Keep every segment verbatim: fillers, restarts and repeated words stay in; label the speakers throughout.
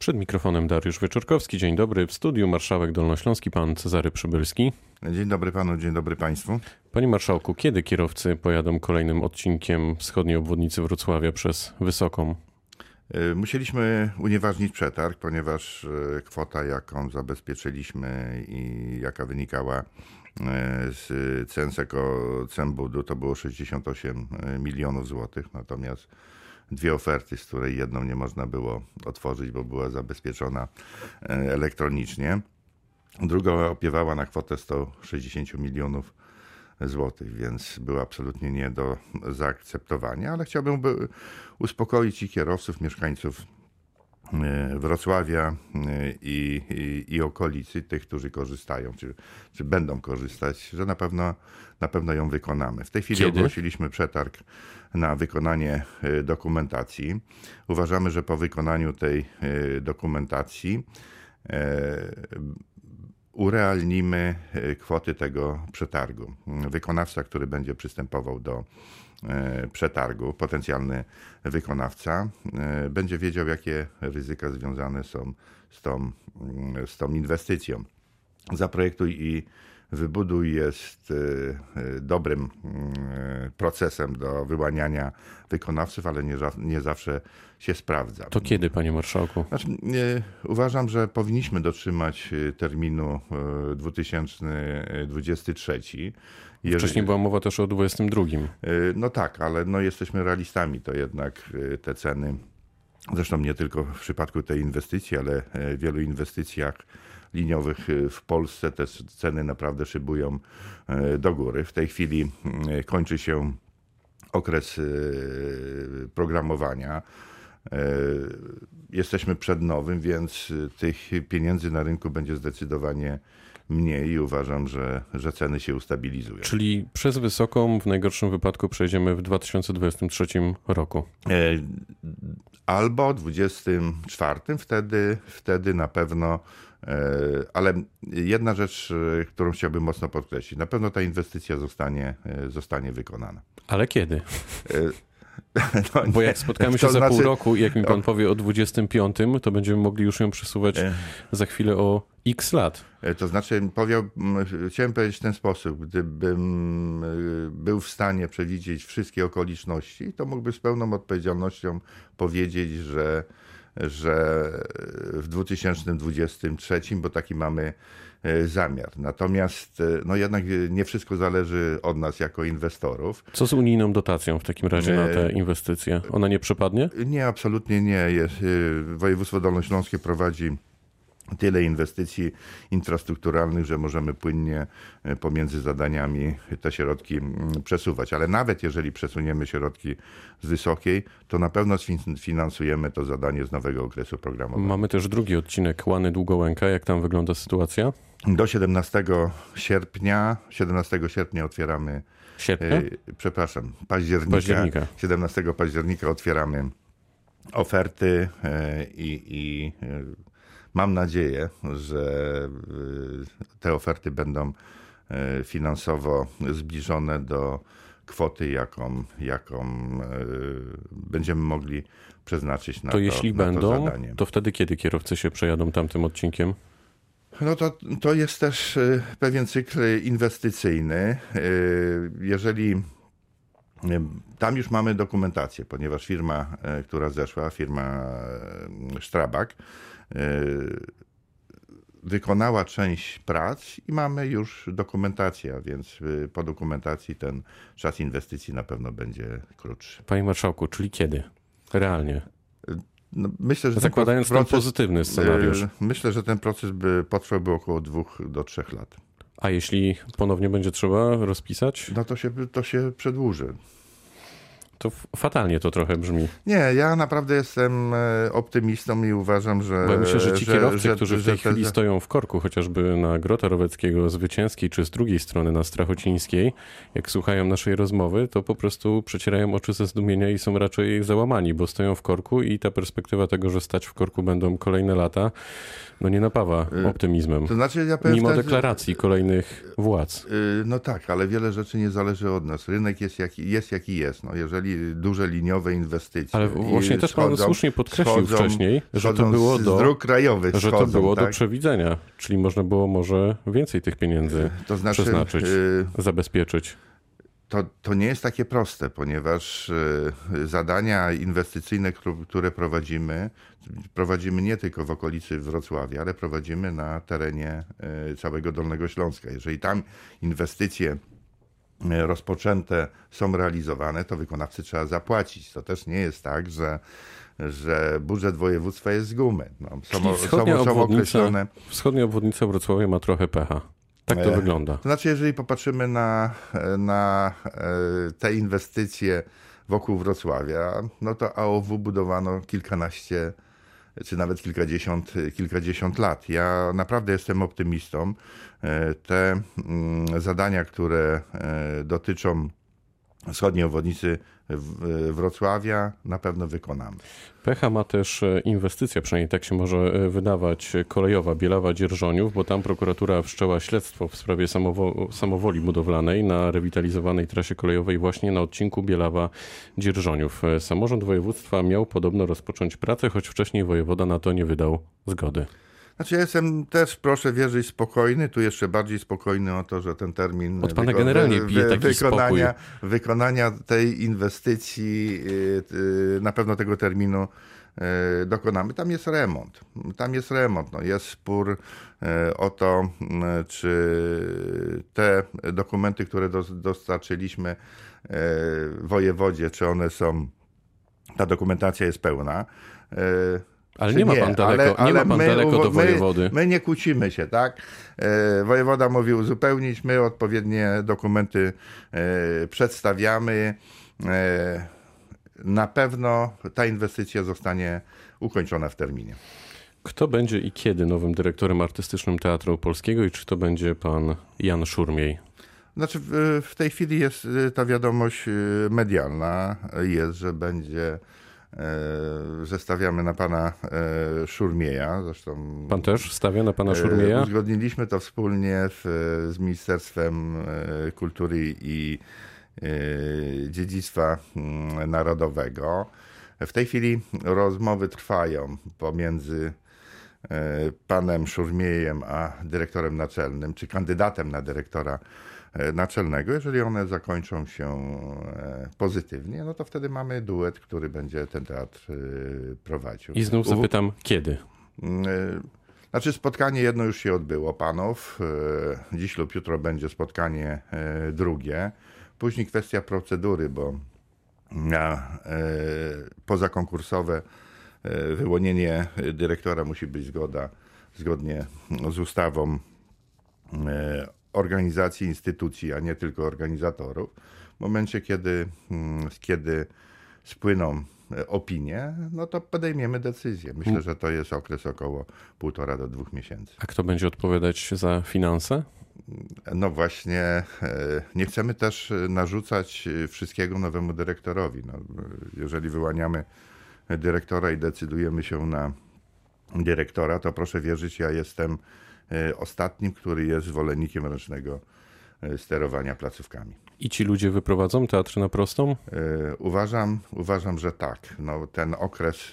Speaker 1: Przed mikrofonem Dariusz Wieczorkowski. Dzień dobry. W studiu marszałek dolnośląski pan Cezary Przybylski.
Speaker 2: Dzień dobry panu, dzień dobry państwu.
Speaker 1: Panie marszałku, kiedy kierowcy pojadą kolejnym odcinkiem wschodniej obwodnicy Wrocławia przez Wysoką?
Speaker 2: Musieliśmy unieważnić przetarg, ponieważ kwota, jaką zabezpieczyliśmy i jaka wynikała z cen Cembudu, to było sześćdziesiąt osiem milionów złotych. Natomiast dwie oferty, z której jedną nie można było otworzyć, bo była zabezpieczona elektronicznie. Druga opiewała na kwotę sto sześćdziesiąt milionów złotych, więc było absolutnie nie do zaakceptowania, ale chciałbym uspokoić i kierowców, mieszkańców Wrocławia i, i, i okolicy, tych, którzy korzystają, czy, czy będą korzystać, że na pewno, na pewno ją wykonamy. W tej chwili
Speaker 1: Kiedy?
Speaker 2: ogłosiliśmy przetarg na wykonanie dokumentacji. Uważamy, że po wykonaniu tej dokumentacji urealnimy kwoty tego przetargu. Wykonawca, który będzie przystępował do przetargu, potencjalny wykonawca, będzie wiedział, jakie ryzyka związane są z tą, z tą inwestycją. Zaprojektuj i wybuduj jest dobrym procesem do wyłaniania wykonawców, ale nie, nie zawsze się sprawdza.
Speaker 1: To kiedy, panie marszałku?
Speaker 2: Znaczy, uważam, że powinniśmy dotrzymać terminu dwa tysiące dwudziesty trzeci.
Speaker 1: Jeżeli... Wcześniej była mowa też o dwudziestym drugim.
Speaker 2: No tak, ale no jesteśmy realistami, to jednak te ceny, zresztą nie tylko w przypadku tej inwestycji, ale w wielu inwestycjach liniowych w Polsce te ceny naprawdę szybują do góry. W tej chwili kończy się okres programowania. Jesteśmy przed nowym, więc tych pieniędzy na rynku będzie zdecydowanie mniej i uważam, że, że ceny się ustabilizują.
Speaker 1: Czyli przez Wysoką w najgorszym wypadku przejdziemy w dwa tysiące dwudziestym trzecim roku.
Speaker 2: Albo dwudziestym czwartym, wtedy, wtedy na pewno, ale jedna rzecz, którą chciałbym mocno podkreślić, na pewno ta inwestycja zostanie, zostanie wykonana.
Speaker 1: Ale kiedy?
Speaker 2: No,
Speaker 1: Bo jak spotkamy się za znaczy... pół roku i jak mi pan powie o dwudziestym piątym, to będziemy mogli już ją przesuwać za chwilę o x lat.
Speaker 2: To znaczy, powiem, chciałem powiedzieć w ten sposób, gdybym był w stanie przewidzieć wszystkie okoliczności, to mógłbym z pełną odpowiedzialnością powiedzieć, że, że w dwa tysiące dwudziestym trzecim, bo taki mamy zamiar. Natomiast no jednak nie wszystko zależy od nas jako inwestorów.
Speaker 1: Co z unijną dotacją w takim razie na te inwestycje? Ona nie przepadnie?
Speaker 2: Nie, absolutnie nie. Jest, województwo dolnośląskie prowadzi tyle inwestycji infrastrukturalnych, że możemy płynnie pomiędzy zadaniami te środki przesuwać. Ale nawet jeżeli przesuniemy środki z Wysokiej, to na pewno sfinansujemy to zadanie z nowego okresu programowego.
Speaker 1: Mamy też drugi odcinek Łany-Długołęka. Jak tam wygląda sytuacja?
Speaker 2: Do siedemnastego sierpnia, siedemnastego sierpnia otwieramy...
Speaker 1: Sierpnia?
Speaker 2: Przepraszam, października.
Speaker 1: października.
Speaker 2: siedemnastego października otwieramy oferty i... i mam nadzieję, że te oferty będą finansowo zbliżone do kwoty, jaką, jaką będziemy mogli przeznaczyć na to,
Speaker 1: to jeśli
Speaker 2: na
Speaker 1: będą,
Speaker 2: to zadanie.
Speaker 1: To wtedy kiedy kierowcy się przejadą tamtym odcinkiem?
Speaker 2: No to, to jest też pewien cykl inwestycyjny. Jeżeli tam już mamy dokumentację, ponieważ firma, która zeszła, firma Strabag, wykonała część prac i mamy już dokumentację, więc po dokumentacji ten czas inwestycji na pewno będzie krótszy.
Speaker 1: Panie marszałku, czyli kiedy? Realnie?
Speaker 2: No, myślę, że
Speaker 1: Zakładając
Speaker 2: ten, proces,
Speaker 1: ten pozytywny scenariusz.
Speaker 2: Myślę, że ten proces by potrwałby około dwóch do trzech lat.
Speaker 1: A jeśli ponownie będzie trzeba rozpisać?
Speaker 2: No to się, to się przedłuży.
Speaker 1: To fatalnie to trochę brzmi.
Speaker 2: Nie, ja naprawdę jestem optymistą i uważam, że...
Speaker 1: Bo ja myślę, że ci
Speaker 2: że,
Speaker 1: kierowcy,
Speaker 2: że,
Speaker 1: którzy w
Speaker 2: że,
Speaker 1: tej
Speaker 2: że,
Speaker 1: chwili
Speaker 2: że...
Speaker 1: stoją w korku, chociażby na Grota Roweckiego Zwycięskiej, czy z drugiej strony na Strachocińskiej, jak słuchają naszej rozmowy, to po prostu przecierają oczy ze zdumienia i są raczej załamani, bo stoją w korku i ta perspektywa tego, że stać w korku będą kolejne lata, no nie napawa optymizmem.
Speaker 2: To znaczy, ja powiem
Speaker 1: mimo
Speaker 2: tak,
Speaker 1: deklaracji
Speaker 2: że...
Speaker 1: kolejnych władz.
Speaker 2: No tak, ale wiele rzeczy nie zależy od nas. Rynek jest jaki jest, jaki jest. No jeżeli li, duże liniowe inwestycje.
Speaker 1: Ale właśnie też pan słusznie podkreślił
Speaker 2: schodzą,
Speaker 1: wcześniej, że to było
Speaker 2: z
Speaker 1: do,
Speaker 2: dróg krajowych
Speaker 1: że
Speaker 2: schodzą,
Speaker 1: to było
Speaker 2: tak?
Speaker 1: do przewidzenia, czyli można było może więcej tych pieniędzy
Speaker 2: to znaczy,
Speaker 1: przeznaczyć, yy, zabezpieczyć.
Speaker 2: To, to nie jest takie proste, ponieważ y, zadania inwestycyjne, które prowadzimy, prowadzimy nie tylko w okolicy Wrocławia, ale prowadzimy na terenie y, całego Dolnego Śląska. Jeżeli tam inwestycje y, rozpoczęte są realizowane, to wykonawcy trzeba zapłacić. To też nie jest tak, że, że budżet województwa jest z gumy. No, są,
Speaker 1: wschodnia,
Speaker 2: są, są
Speaker 1: obwodnica,
Speaker 2: określone...
Speaker 1: wschodnia obwodnica Wrocławia ma trochę pecha. Tak to
Speaker 2: e,
Speaker 1: wygląda.
Speaker 2: To znaczy, jeżeli popatrzymy na, na te inwestycje wokół Wrocławia, no to A O W budowano kilkanaście czy nawet kilkadziesiąt, kilkadziesiąt lat. Ja naprawdę jestem optymistą. Te zadania, które dotyczą wschodniej obwodnicy Wrocławia, na pewno wykonamy.
Speaker 1: Pecha ma też inwestycja, przynajmniej tak się może wydawać, kolejowa Bielawa-Dzierżoniów, bo tam prokuratura wszczęła śledztwo w sprawie samowo- samowoli budowlanej na rewitalizowanej trasie kolejowej właśnie na odcinku Bielawa-Dzierżoniów. Samorząd województwa miał podobno rozpocząć pracę, choć wcześniej wojewoda na to nie wydał zgody.
Speaker 2: Znaczy ja jestem też, proszę wierzyć, spokojny, tu jeszcze bardziej spokojny o to, że ten termin
Speaker 1: Od pana generalnie bije taki
Speaker 2: wykonania,
Speaker 1: spokój.
Speaker 2: wykonania tej inwestycji, na pewno tego terminu dokonamy. Tam jest remont. Tam jest remont. No jest spór o to, czy te dokumenty, które dostarczyliśmy wojewodzie, czy one są, ta dokumentacja jest pełna.
Speaker 1: Ale nie ma pan daleko, ale, ale nie ma pan
Speaker 2: my,
Speaker 1: daleko do wojewody.
Speaker 2: My, my nie kłócimy się, tak? E, wojewoda mówi uzupełnić, my odpowiednie dokumenty e, przedstawiamy. E, na pewno ta inwestycja zostanie ukończona w terminie.
Speaker 1: Kto będzie i kiedy nowym dyrektorem artystycznym Teatru Polskiego i czy to będzie pan Jan Szurmiej?
Speaker 2: Znaczy w, w tej chwili jest ta wiadomość medialna, jest, że będzie... że stawiamy na pana Szurmieja. Zresztą
Speaker 1: pan też stawia na pana Szurmieja?
Speaker 2: Uzgodniliśmy to wspólnie w, z Ministerstwem Kultury i Dziedzictwa Narodowego. W tej chwili rozmowy trwają pomiędzy panem Szurmiejem a dyrektorem naczelnym, czy kandydatem na dyrektora naczelnego. Jeżeli one zakończą się pozytywnie, no to wtedy mamy duet, który będzie ten teatr prowadził.
Speaker 1: I znów zapytam, U... kiedy?
Speaker 2: Znaczy spotkanie jedno już się odbyło panów. Dziś lub jutro będzie spotkanie drugie. Później kwestia procedury, bo na pozakonkursowe wyłonienie dyrektora musi być zgoda zgodnie z ustawą organizacji, instytucji, a nie tylko organizatorów. W momencie, kiedy, kiedy spłyną opinie, no to podejmiemy decyzję. Myślę, że to jest okres około półtora do dwóch miesięcy.
Speaker 1: A kto będzie odpowiadać za finanse?
Speaker 2: No właśnie, nie chcemy też narzucać wszystkiego nowemu dyrektorowi. No, jeżeli wyłaniamy dyrektora i decydujemy się na dyrektora, to proszę wierzyć, ja jestem ostatnim, który jest zwolennikiem ręcznego sterowania placówkami.
Speaker 1: I ci ludzie wyprowadzą teatr na prostą?
Speaker 2: Uważam, uważam, że tak. No, ten okres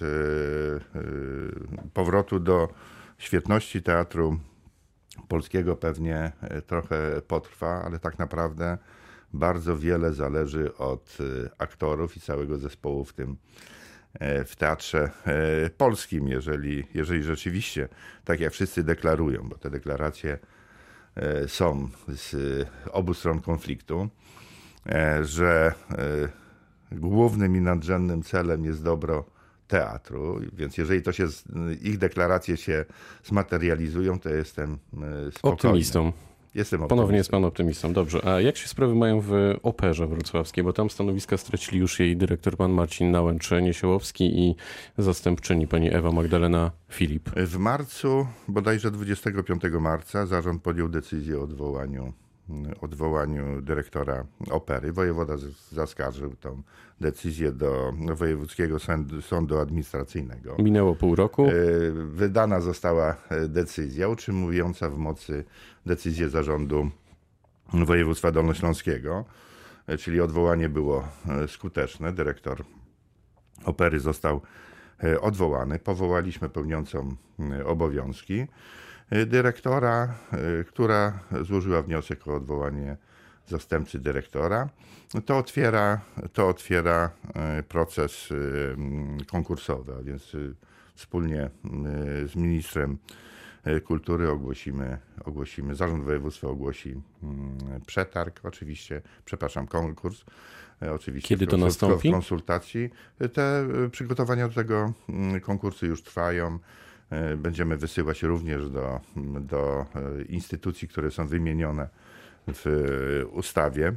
Speaker 2: powrotu do świetności Teatru Polskiego pewnie trochę potrwa, ale tak naprawdę bardzo wiele zależy od aktorów i całego zespołu w tym w Teatrze Polskim, jeżeli, jeżeli rzeczywiście, tak jak wszyscy deklarują, bo te deklaracje są z obu stron konfliktu, że głównym i nadrzędnym celem jest dobro teatru, więc jeżeli to się, ich deklaracje się zmaterializują, to jestem spokojny.
Speaker 1: Optymistą.
Speaker 2: Jestem optymistą.
Speaker 1: Ponownie jest pan optymistą. Dobrze. A jak się sprawy mają w Operze Wrocławskiej? Bo tam stanowiska stracili już jej dyrektor pan Marcin Nałęcz-Niesiołowski i zastępczyni pani Ewa Magdalena Filip.
Speaker 2: W marcu, bodajże dwudziestego piątego marca, zarząd podjął decyzję o odwołaniu, odwołaniu dyrektora Opery. Wojewoda zaskarżył tą decyzję do Wojewódzkiego Sądu Administracyjnego.
Speaker 1: Minęło pół roku.
Speaker 2: Wydana została decyzja utrzymująca w mocy decyzję Zarządu Województwa Dolnośląskiego. czyli odwołanie było skuteczne. Dyrektor opery został odwołany. Powołaliśmy pełniącą obowiązki dyrektora, która złożyła wniosek o odwołanie zastępcy dyrektora. To otwiera, to otwiera proces konkursowy, a więc wspólnie z ministrem kultury ogłosimy, ogłosimy, Zarząd Województwa ogłosi przetarg, oczywiście, przepraszam, konkurs. Oczywiście
Speaker 1: Kiedy to
Speaker 2: w,
Speaker 1: nastąpi?
Speaker 2: W konsultacji. Te przygotowania do tego konkursu już trwają. Będziemy wysyłać również do, do instytucji, które są wymienione w ustawie,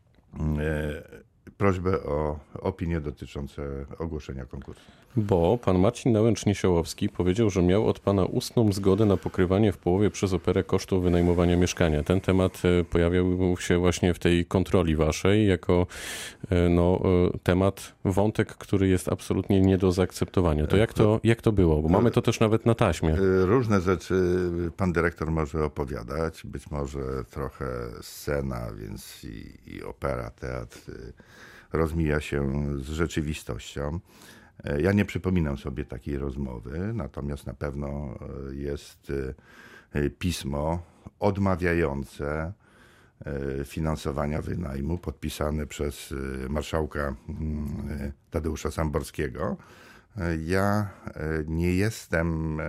Speaker 2: prośbę o opinie dotyczące ogłoszenia konkursu.
Speaker 1: Bo pan Marcin Nałęcz-Niesiołowski powiedział, że miał od pana ustną zgodę na pokrywanie w połowie przez operę kosztów wynajmowania mieszkania. Ten temat pojawiał się właśnie w tej kontroli waszej jako no, temat, wątek, który jest absolutnie nie do zaakceptowania. To jak to, jak to było? Bo mamy to też nawet na taśmie.
Speaker 2: Różne rzeczy pan dyrektor może opowiadać, być może trochę scena, więc i, i opera, teatr rozmija się z rzeczywistością. Ja nie przypominam sobie takiej rozmowy, natomiast na pewno jest pismo odmawiające finansowania wynajmu podpisane przez marszałka Tadeusza Samborskiego. Ja nie jestem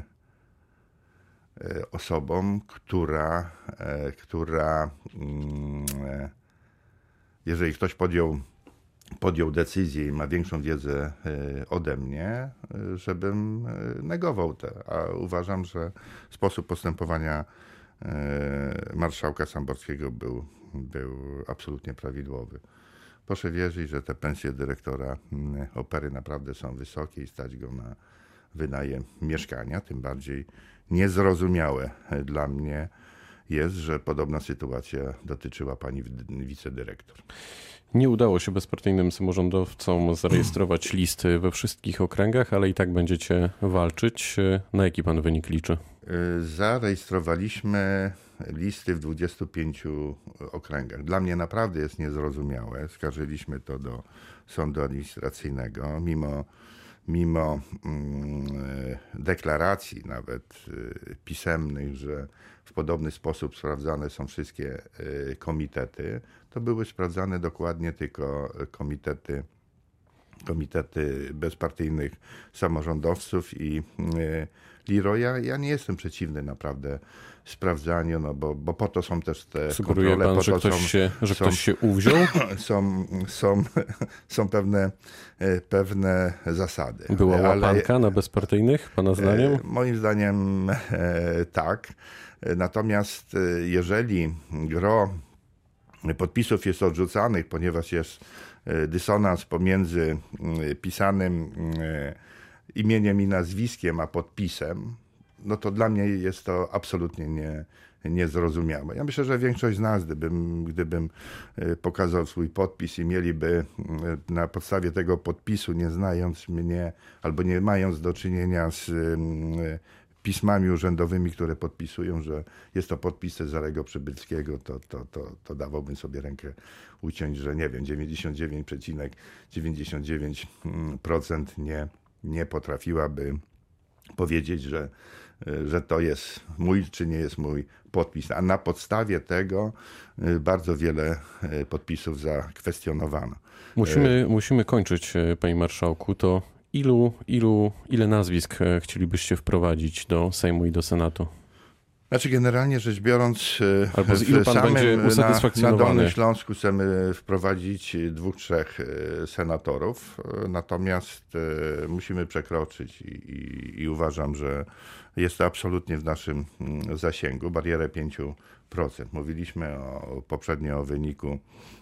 Speaker 2: osobą, która, która jeżeli ktoś podjął podjął decyzję i ma większą wiedzę ode mnie, żebym negował te. A uważam, że sposób postępowania marszałka Samborskiego był, był absolutnie prawidłowy. Proszę wierzyć, że te pensje dyrektora opery naprawdę są wysokie i stać go na wynajem mieszkania. Tym bardziej niezrozumiałe dla mnie jest, że podobna sytuacja dotyczyła pani wicedyrektor.
Speaker 1: Nie udało się bezpartyjnym samorządowcom zarejestrować listy we wszystkich okręgach, ale i tak będziecie walczyć. Na jaki pan wynik liczy?
Speaker 2: Zarejestrowaliśmy listy w dwudziestu pięciu okręgach. Dla mnie naprawdę jest niezrozumiałe. Skarżyliśmy to do sądu administracyjnego, mimo, mimo mm, deklaracji nawet y, pisemnych, że w podobny sposób sprawdzane są wszystkie y, komitety. To były sprawdzane dokładnie tylko komitety, komitety bezpartyjnych samorządowców i y, Leroya. Ja nie jestem przeciwny naprawdę sprawdzaniu, no bo, bo po to są też te
Speaker 1: Sugeruje
Speaker 2: kontrole.
Speaker 1: pan,
Speaker 2: po
Speaker 1: że,
Speaker 2: to
Speaker 1: ktoś,
Speaker 2: są,
Speaker 1: się, że
Speaker 2: są,
Speaker 1: ktoś się uwziął?
Speaker 2: Są, są, są pewne, pewne zasady.
Speaker 1: Była
Speaker 2: Ale,
Speaker 1: łapanka na bezpartyjnych, pana zdaniem?
Speaker 2: Moim zdaniem tak. Natomiast jeżeli gro podpisów jest odrzucanych, ponieważ jest dysonans pomiędzy pisanym imieniem i nazwiskiem, a podpisem, no to dla mnie jest to absolutnie nie, niezrozumiałe. Ja myślę, że większość z nas, gdybym, gdybym pokazał swój podpis i mieliby na podstawie tego podpisu, nie znając mnie albo nie mając do czynienia z pismami urzędowymi, które podpisują, że jest to podpis Cezarego Przybylskiego, to, to, to, to dawałbym sobie rękę uciąć, że nie wiem, dziewięćdziesiąt dziewięć przecinek dziewięćdziesiąt dziewięć procent nie, nie potrafiłaby powiedzieć, że, że to jest mój czy nie jest mój podpis. A na podstawie tego bardzo wiele podpisów zakwestionowano.
Speaker 1: Musimy, musimy kończyć, panie marszałku. To ilu, ilu, ile nazwisk chcielibyście wprowadzić do Sejmu i do Senatu?
Speaker 2: Znaczy generalnie rzecz biorąc,
Speaker 1: albo z ilu pan
Speaker 2: samym,
Speaker 1: będzie usatysfakcjonowany?
Speaker 2: Na, na Dolnym Śląsku chcemy wprowadzić dwóch, trzech senatorów, natomiast musimy przekroczyć i, i, i uważam, że jest to absolutnie w naszym zasięgu, barierę pięć procent. Mówiliśmy o, poprzednio o wyniku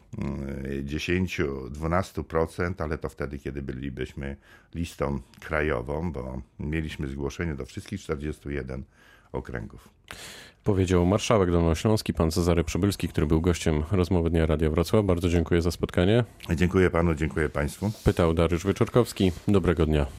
Speaker 2: dziesięć do dwunastu procent, ale to wtedy, kiedy bylibyśmy listą krajową, bo mieliśmy zgłoszenie do wszystkich czterdziestu jeden okręgów.
Speaker 1: Powiedział marszałek dolnośląski, pan Cezary Przybylski, który był gościem rozmowy Dnia Radia Wrocław. Bardzo dziękuję za spotkanie.
Speaker 2: Dziękuję panu, dziękuję państwu.
Speaker 1: Pytał Dariusz Wieczorkowski. Dobrego dnia.